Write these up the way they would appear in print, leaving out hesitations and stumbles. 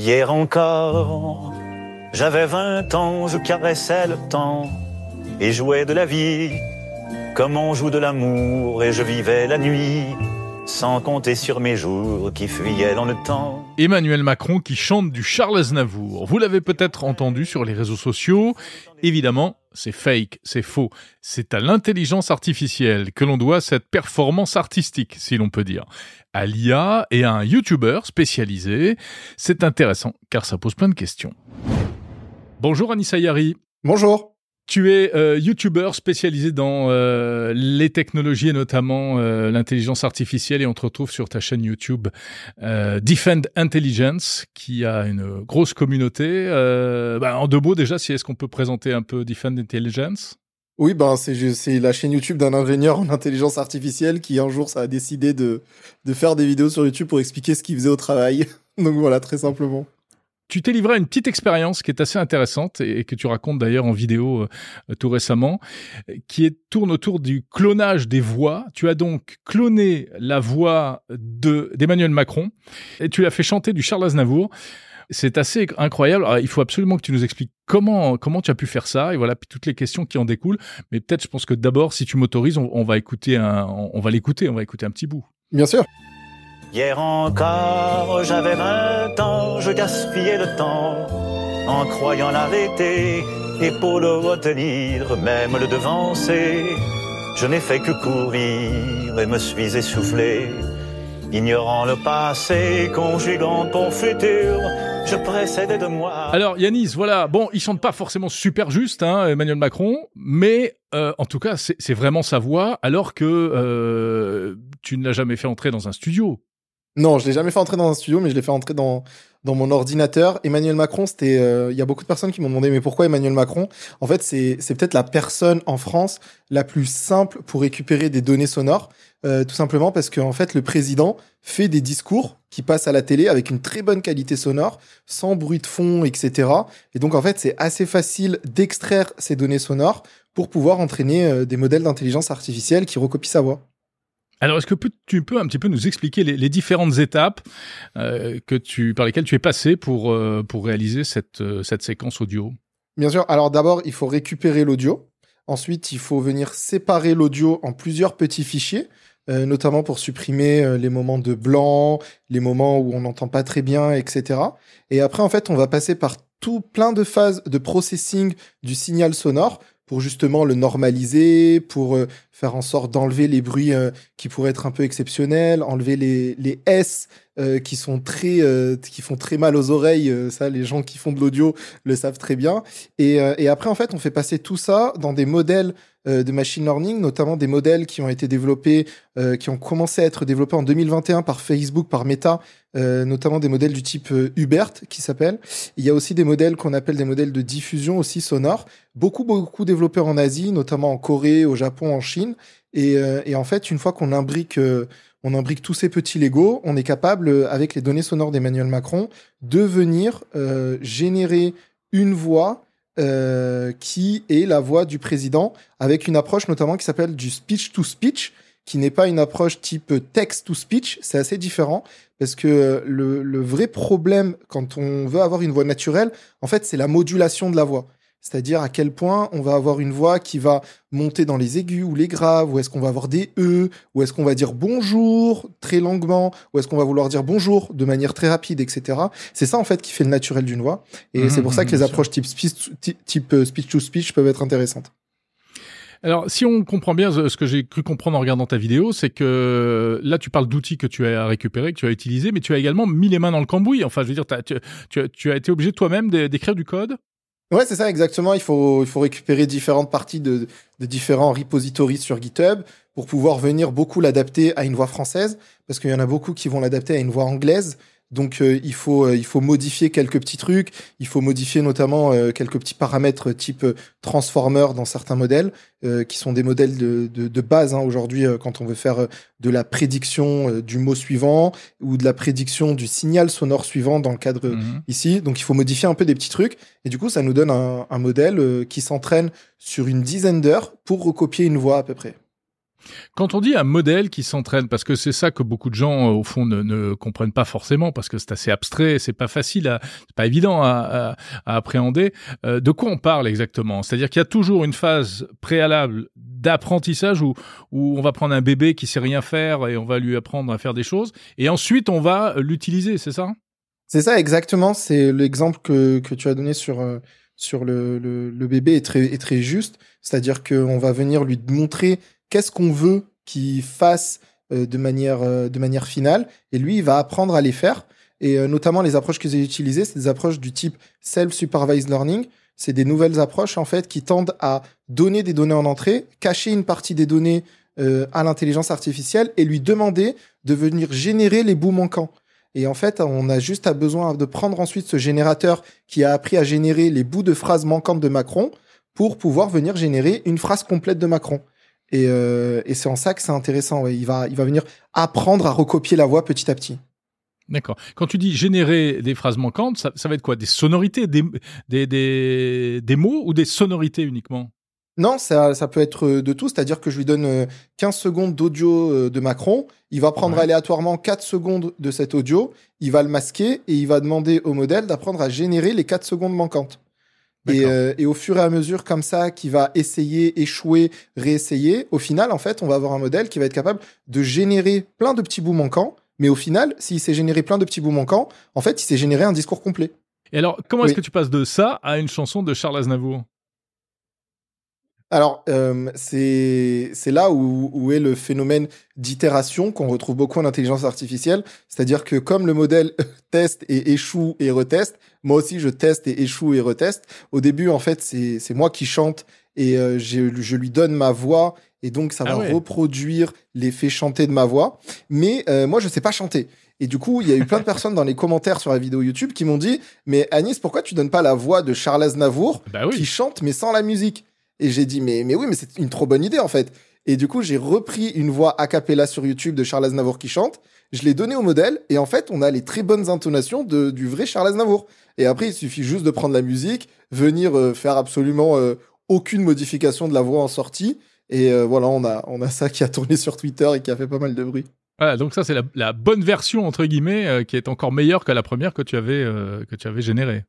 Hier encore, j'avais 20 ans, je caressais le temps et jouais de la vie comme on joue de l'amour, et je vivais la nuit sans compter sur mes jours qui fuyaient dans le temps. Emmanuel Macron qui chante du Charles Aznavour. Vous l'avez peut-être entendu sur les réseaux sociaux. Évidemment, c'est fake, c'est faux. C'est à l'intelligence artificielle que l'on doit cette performance artistique, si l'on peut dire. À l'IA et à un YouTuber spécialisé. C'est intéressant, car ça pose plein de questions. Bonjour Anissa Yari. Bonjour. Tu es YouTuber spécialisé dans les technologies et notamment l'intelligence artificielle, et on te retrouve sur ta chaîne YouTube Defend Intelligence qui a une grosse communauté. En deux mots déjà, est-ce qu'on peut présenter un peu Defend Intelligence ? Oui, c'est la chaîne YouTube d'un ingénieur en intelligence artificielle qui un jour ça a décidé de faire des vidéos sur YouTube pour expliquer ce qu'il faisait au travail. Donc voilà, très simplement. Tu t'es livré à une petite expérience qui est assez intéressante et que tu racontes d'ailleurs en vidéo tout récemment, qui tourne autour du clonage des voix. Tu as donc cloné la voix d'Emmanuel Macron et tu l'as fait chanter du Charles Aznavour. C'est assez incroyable. Alors, il faut absolument que tu nous expliques comment tu as pu faire ça, et voilà, puis toutes les questions qui en découlent. Mais peut-être, je pense que d'abord, si tu m'autorises, on va écouter un petit bout. Bien sûr. Hier encore, j'avais 20 ans, je gaspillais le temps en croyant l'arrêter et pour le retenir, même le devancer. Je n'ai fait que courir et me suis essoufflé, ignorant le passé, conjuguant ton futur, je précédais de moi. Alors Yanis, voilà, bon, il chante pas forcément super juste, Emmanuel Macron, mais en tout cas, c'est vraiment sa voix, alors que tu ne l'as jamais fait entrer dans un studio. Non, je l'ai jamais fait entrer dans un studio, mais je l'ai fait entrer dans mon ordinateur. Emmanuel Macron, c'était, il y a beaucoup de personnes qui m'ont demandé, mais pourquoi Emmanuel Macron? En fait, c'est peut-être la personne en France la plus simple pour récupérer des données sonores, tout simplement parce que, en fait, le président fait des discours qui passent à la télé avec une très bonne qualité sonore, sans bruit de fond, etc. Et donc, en fait, c'est assez facile d'extraire ces données sonores pour pouvoir entraîner des modèles d'intelligence artificielle qui recopient sa voix. Alors, est-ce que tu peux un petit peu nous expliquer les différentes étapes par lesquelles tu es passé pour réaliser cette séquence audio ? Bien sûr. Alors d'abord, il faut récupérer l'audio. Ensuite, il faut venir séparer l'audio en plusieurs petits fichiers, notamment pour supprimer les moments de blanc, les moments où on n'entend pas très bien, etc. Et après, en fait, on va passer par plein de phases de processing du signal sonore pour justement le normaliser, pour faire en sorte d'enlever les bruits qui pourraient être un peu exceptionnels, enlever les S qui font très mal aux oreilles. Ça, les gens qui font de l'audio le savent très bien. Et après, en fait, on fait passer tout ça dans des modèles de machine learning, notamment des modèles qui ont été développés, qui ont commencé à être développés en 2021 par Facebook, par Meta, notamment des modèles du type Hubert qui s'appelle. Il y a aussi des modèles qu'on appelle des modèles de diffusion aussi sonore, beaucoup développés en Asie, notamment en Corée, au Japon, en Chine. Et en fait, une fois qu'on imbrique tous ces petits Legos, on est capable, avec les données sonores d'Emmanuel Macron, de venir générer une voix qui est la voix du président, avec une approche notamment qui s'appelle du speech-to-speech, qui n'est pas une approche type text-to-speech. C'est assez différent, parce que le vrai problème, quand on veut avoir une voix naturelle, en fait, c'est la modulation de la voix. C'est-à-dire à quel point on va avoir une voix qui va monter dans les aigus ou les graves, ou est-ce qu'on va avoir des E, ou est-ce qu'on va dire bonjour très longuement, ou est-ce qu'on va vouloir dire bonjour de manière très rapide, etc. C'est ça en fait qui fait le naturel d'une voix, et c'est pour ça que les approches type speech-to-speech peuvent être intéressantes. Alors, si on comprend bien ce que j'ai cru comprendre en regardant ta vidéo, c'est que là, tu parles d'outils que tu as récupérés, que tu as utilisés, mais tu as également mis les mains dans le cambouis. Enfin, je veux dire, tu as été obligé toi-même d'écrire du code ? Ouais, c'est ça, exactement. Il faut récupérer différentes parties de différents repositories sur GitHub pour pouvoir venir beaucoup l'adapter à une voix française, parce qu'il y en a beaucoup qui vont l'adapter à une voix anglaise. Donc, il faut modifier quelques petits trucs. Il faut modifier notamment quelques petits paramètres type transformer dans certains modèles, qui sont des modèles de base aujourd'hui quand on veut faire de la prédiction du mot suivant ou de la prédiction du signal sonore suivant dans le cadre ici. Donc, il faut modifier un peu des petits trucs. Et du coup, ça nous donne un modèle qui s'entraîne sur une dizaine d'heures pour recopier une voix à peu près. Quand on dit un modèle qui s'entraîne, parce que c'est ça que beaucoup de gens, au fond, ne comprennent pas forcément, parce que c'est assez abstrait, c'est pas facile, c'est pas évident à appréhender. De quoi on parle exactement? C'est-à-dire qu'il y a toujours une phase préalable d'apprentissage où on va prendre un bébé qui sait rien faire et on va lui apprendre à faire des choses, et ensuite on va l'utiliser, c'est ça? C'est ça, exactement. C'est l'exemple que tu as donné sur le bébé est très juste. C'est-à-dire qu'on va venir lui montrer qu'est-ce qu'on veut qu'il fasse de manière finale. Et lui, il va apprendre à les faire. Et notamment, les approches que j'ai utilisées, c'est des approches du type self-supervised learning. C'est des nouvelles approches, en fait, qui tendent à donner des données en entrée, cacher une partie des données à l'intelligence artificielle et lui demander de venir générer les bouts manquants. Et en fait, on a juste besoin de prendre ensuite ce générateur qui a appris à générer les bouts de phrases manquantes de Macron pour pouvoir venir générer une phrase complète de Macron. Et c'est en ça que c'est intéressant. Ouais. Il va venir apprendre à recopier la voix petit à petit. D'accord. Quand tu dis générer des phrases manquantes, ça va être quoi? Des sonorités, des mots ou des sonorités uniquement? Non, ça peut être de tout. C'est-à-dire que je lui donne 15 secondes d'audio de Macron. Il va prendre aléatoirement 4 secondes de cet audio. Il va le masquer et il va demander au modèle d'apprendre à générer les 4 secondes manquantes. Et au fur et à mesure, comme ça, qui va essayer, échouer, réessayer, au final, en fait, on va avoir un modèle qui va être capable de générer plein de petits bouts manquants. Mais au final, s'il s'est généré plein de petits bouts manquants, en fait, il s'est généré un discours complet. Et alors, comment est-ce que tu passes de ça à une chanson de Charles Aznavour? Alors, c'est là où est le phénomène d'itération qu'on retrouve beaucoup en intelligence artificielle. C'est-à-dire que comme le modèle teste et échoue et reteste, moi aussi je teste et échoue et reteste. Au début, en fait, c'est moi qui chante et je lui donne ma voix et donc ça va reproduire l'effet chanté de ma voix. Mais moi, je sais pas chanter. Et du coup, il y a eu plein de personnes dans les commentaires sur la vidéo YouTube qui m'ont dit « Mais Anis, pourquoi tu donnes pas la voix de Charles Aznavour qui chante mais sans la musique ?» Et j'ai dit, mais oui, mais c'est une trop bonne idée, en fait. Et du coup, j'ai repris une voix a cappella sur YouTube de Charles Aznavour qui chante. Je l'ai donné au modèle. Et en fait, on a les très bonnes intonations du vrai Charles Aznavour. Et après, il suffit juste de prendre la musique, venir faire absolument aucune modification de la voix en sortie. Et voilà, on a ça qui a tourné sur Twitter et qui a fait pas mal de bruit. Voilà, donc ça, c'est la bonne version, entre guillemets, qui est encore meilleure que la première que tu avais générée.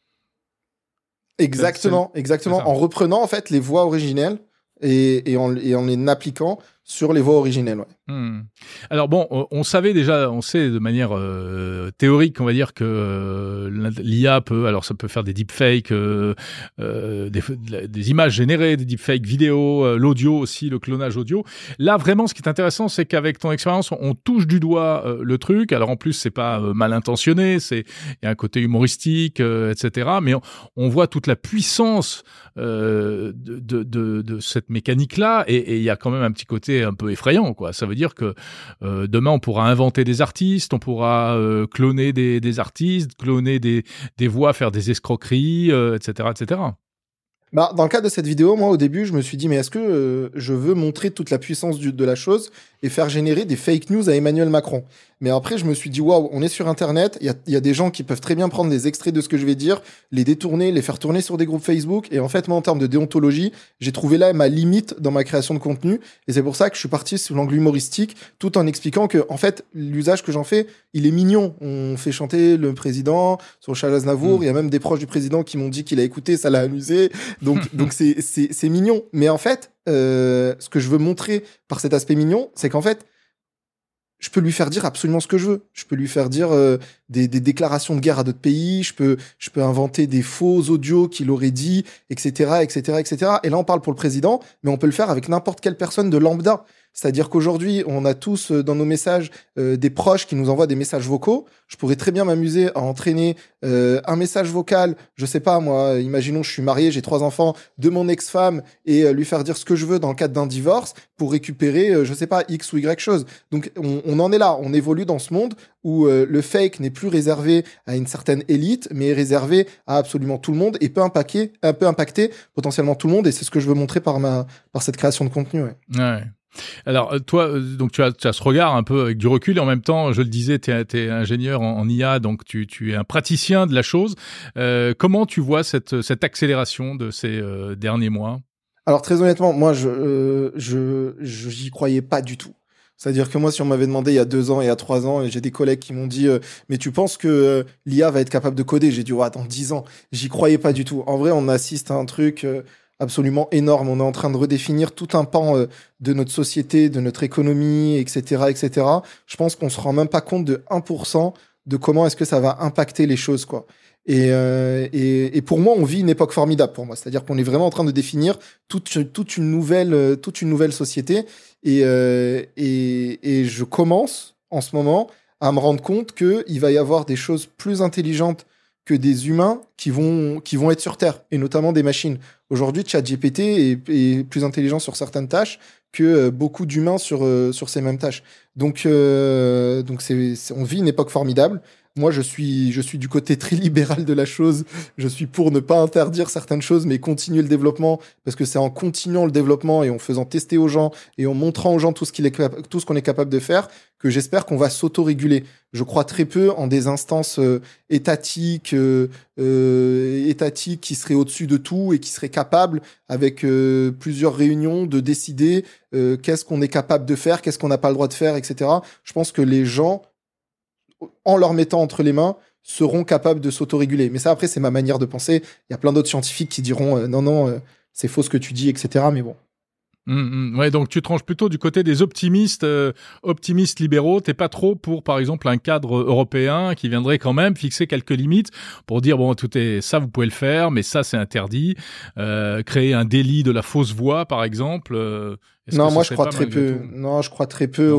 Exactement. En reprenant en fait les voix originelles et en les appliquant sur les voix originelles. Alors bon, on sait de manière théorique, on va dire que l'IA ça peut faire des deepfakes, des images générées, des deepfakes vidéo, l'audio aussi, le clonage audio. Là, vraiment, ce qui est intéressant, c'est qu'avec ton expérience, on touche du doigt le truc. Alors en plus, c'est pas mal intentionné, il y a un côté humoristique, etc. Mais on voit toute la puissance de cette mécanique-là, et il y a quand même un petit côté un peu effrayant, quoi. Ça veut dire que demain, on pourra inventer des artistes, on pourra cloner des artistes, cloner des voix, faire des escroqueries, etc., etc. Bah, dans le cadre de cette vidéo, moi, au début, je me suis dit, mais est-ce que je veux montrer toute la puissance de la chose et faire générer des fake news à Emmanuel Macron? Mais après, je me suis dit, waouh, on est sur Internet, il y a des gens qui peuvent très bien prendre des extraits de ce que je vais dire, les détourner, les faire tourner sur des groupes Facebook. Et en fait, moi, en termes de déontologie, j'ai trouvé là ma limite dans ma création de contenu. Et c'est pour ça que je suis parti sous l'angle humoristique, tout en expliquant que, en fait, l'usage que j'en fais, il est mignon. On fait chanter le président sur Charles Aznavour. Il y a même des proches du président qui m'ont dit qu'il a écouté, ça l'a amusé. Donc c'est mignon. Mais en fait, ce que je veux montrer par cet aspect mignon, c'est qu'en fait, je peux lui faire dire absolument ce que je veux. Je peux lui faire dire des déclarations de guerre à d'autres pays. Je peux inventer des faux audios qu'il aurait dit, etc., etc., etc. Et là, on parle pour le président, mais on peut le faire avec n'importe quelle personne de lambda. C'est-à-dire qu'aujourd'hui, on a tous dans nos messages des proches qui nous envoient des messages vocaux. Je pourrais très bien m'amuser à entraîner un message vocal, je sais pas moi, imaginons je suis marié, j'ai 3 enfants, de mon ex-femme et lui faire dire ce que je veux dans le cadre d'un divorce pour récupérer, je sais pas, X ou Y chose. Donc on en est là, on évolue dans ce monde où le fake n'est plus réservé à une certaine élite, mais est réservé à absolument tout le monde et peut impacter potentiellement tout le monde. Et c'est ce que je veux montrer par cette création de contenu. Ouais. Alors toi, donc tu as ce regard un peu avec du recul et en même temps, je le disais, t'es ingénieur en IA, donc tu es un praticien de la chose. Comment tu vois cette accélération de ces derniers mois? Alors très honnêtement, moi j'y croyais pas du tout. C'est-à-dire que moi, si on m'avait demandé il y a 2 ans et il y a 3 ans, et j'ai des collègues qui m'ont dit mais tu penses que l'IA va être capable de coder? J'ai dit ouais, attends, 10 ans. J'y croyais pas du tout. En vrai, on assiste à un truc absolument énorme. On est en train de redéfinir tout un pan de notre société, de notre économie, etc., etc. Je pense qu'on se rend même pas compte de 1% de comment est-ce que ça va impacter les choses, quoi. Et pour moi, on vit une époque formidable pour moi. C'est-à-dire qu'on est vraiment en train de définir toute une nouvelle société. Et je commence en ce moment à me rendre compte qu'il va y avoir des choses plus intelligentes que des humains qui vont être sur Terre, et notamment des machines. Aujourd'hui, ChatGPT est plus intelligent sur certaines tâches que beaucoup d'humains sur ces mêmes tâches. Donc on vit une époque formidable. Moi, je suis du côté très libéral de la chose. Je suis pour ne pas interdire certaines choses, mais continuer le développement, parce que c'est en continuant le développement et en faisant tester aux gens et en montrant aux gens tout ce qu'on est capable de faire que j'espère qu'on va s'autoréguler. Je crois très peu en des instances étatiques qui seraient au-dessus de tout et qui seraient capables, avec plusieurs réunions, de décider qu'est-ce qu'on est capable de faire, qu'est-ce qu'on n'a pas le droit de faire, etc. Je pense que les gens, en leur mettant entre les mains, seront capables de s'autoréguler. Mais ça, après, c'est ma manière de penser. Il y a plein d'autres scientifiques qui diront non, c'est faux ce que tu dis, etc. Mais bon. Ouais, donc tu tranches plutôt du côté des optimistes libéraux. T'es pas trop pour, par exemple, un cadre européen qui viendrait quand même fixer quelques limites pour dire bon, ça vous pouvez le faire, mais ça c'est interdit. Créer un délit de la fausse voix, par exemple. Non, moi je crois très peu. Non, je crois très peu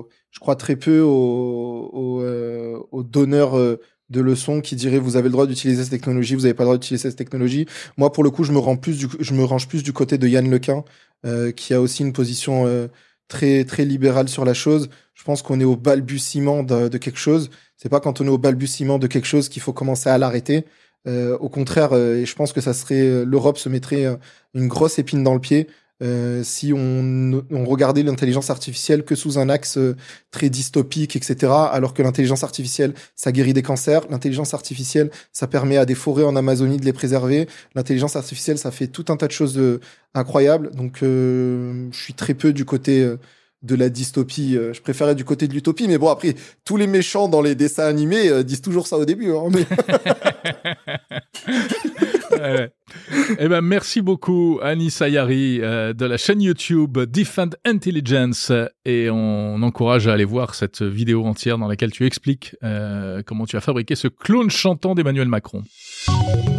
aux donneurs de leçons qui diraient vous avez le droit d'utiliser cette technologie, vous n'avez pas le droit d'utiliser cette technologie. Moi, pour le coup, je me range plus du côté de Yann Lequin, qui a aussi une position très très libérale sur la chose. Je pense qu'on est au balbutiement de quelque chose. C'est pas quand on est au balbutiement de quelque chose qu'il faut commencer à l'arrêter. Au contraire, et je pense que l'Europe se mettrait une grosse épine dans le pied si on regardait l'intelligence artificielle que sous un axe très dystopique, etc. Alors que l'intelligence artificielle, ça guérit des cancers. L'intelligence artificielle, ça permet à des forêts en Amazonie de les préserver. L'intelligence artificielle, ça fait tout un tas de choses incroyables. Donc, je suis très peu du côté de la dystopie. Je préférais du côté de l'utopie. Mais bon, après, tous les méchants dans les dessins animés disent toujours ça au début. Hein, mais... Ouais. Eh ben, merci beaucoup, Anis Ayari, de la chaîne YouTube Defend Intelligence, et on encourage à aller voir cette vidéo entière dans laquelle tu expliques comment tu as fabriqué ce clone chantant d'Emmanuel Macron.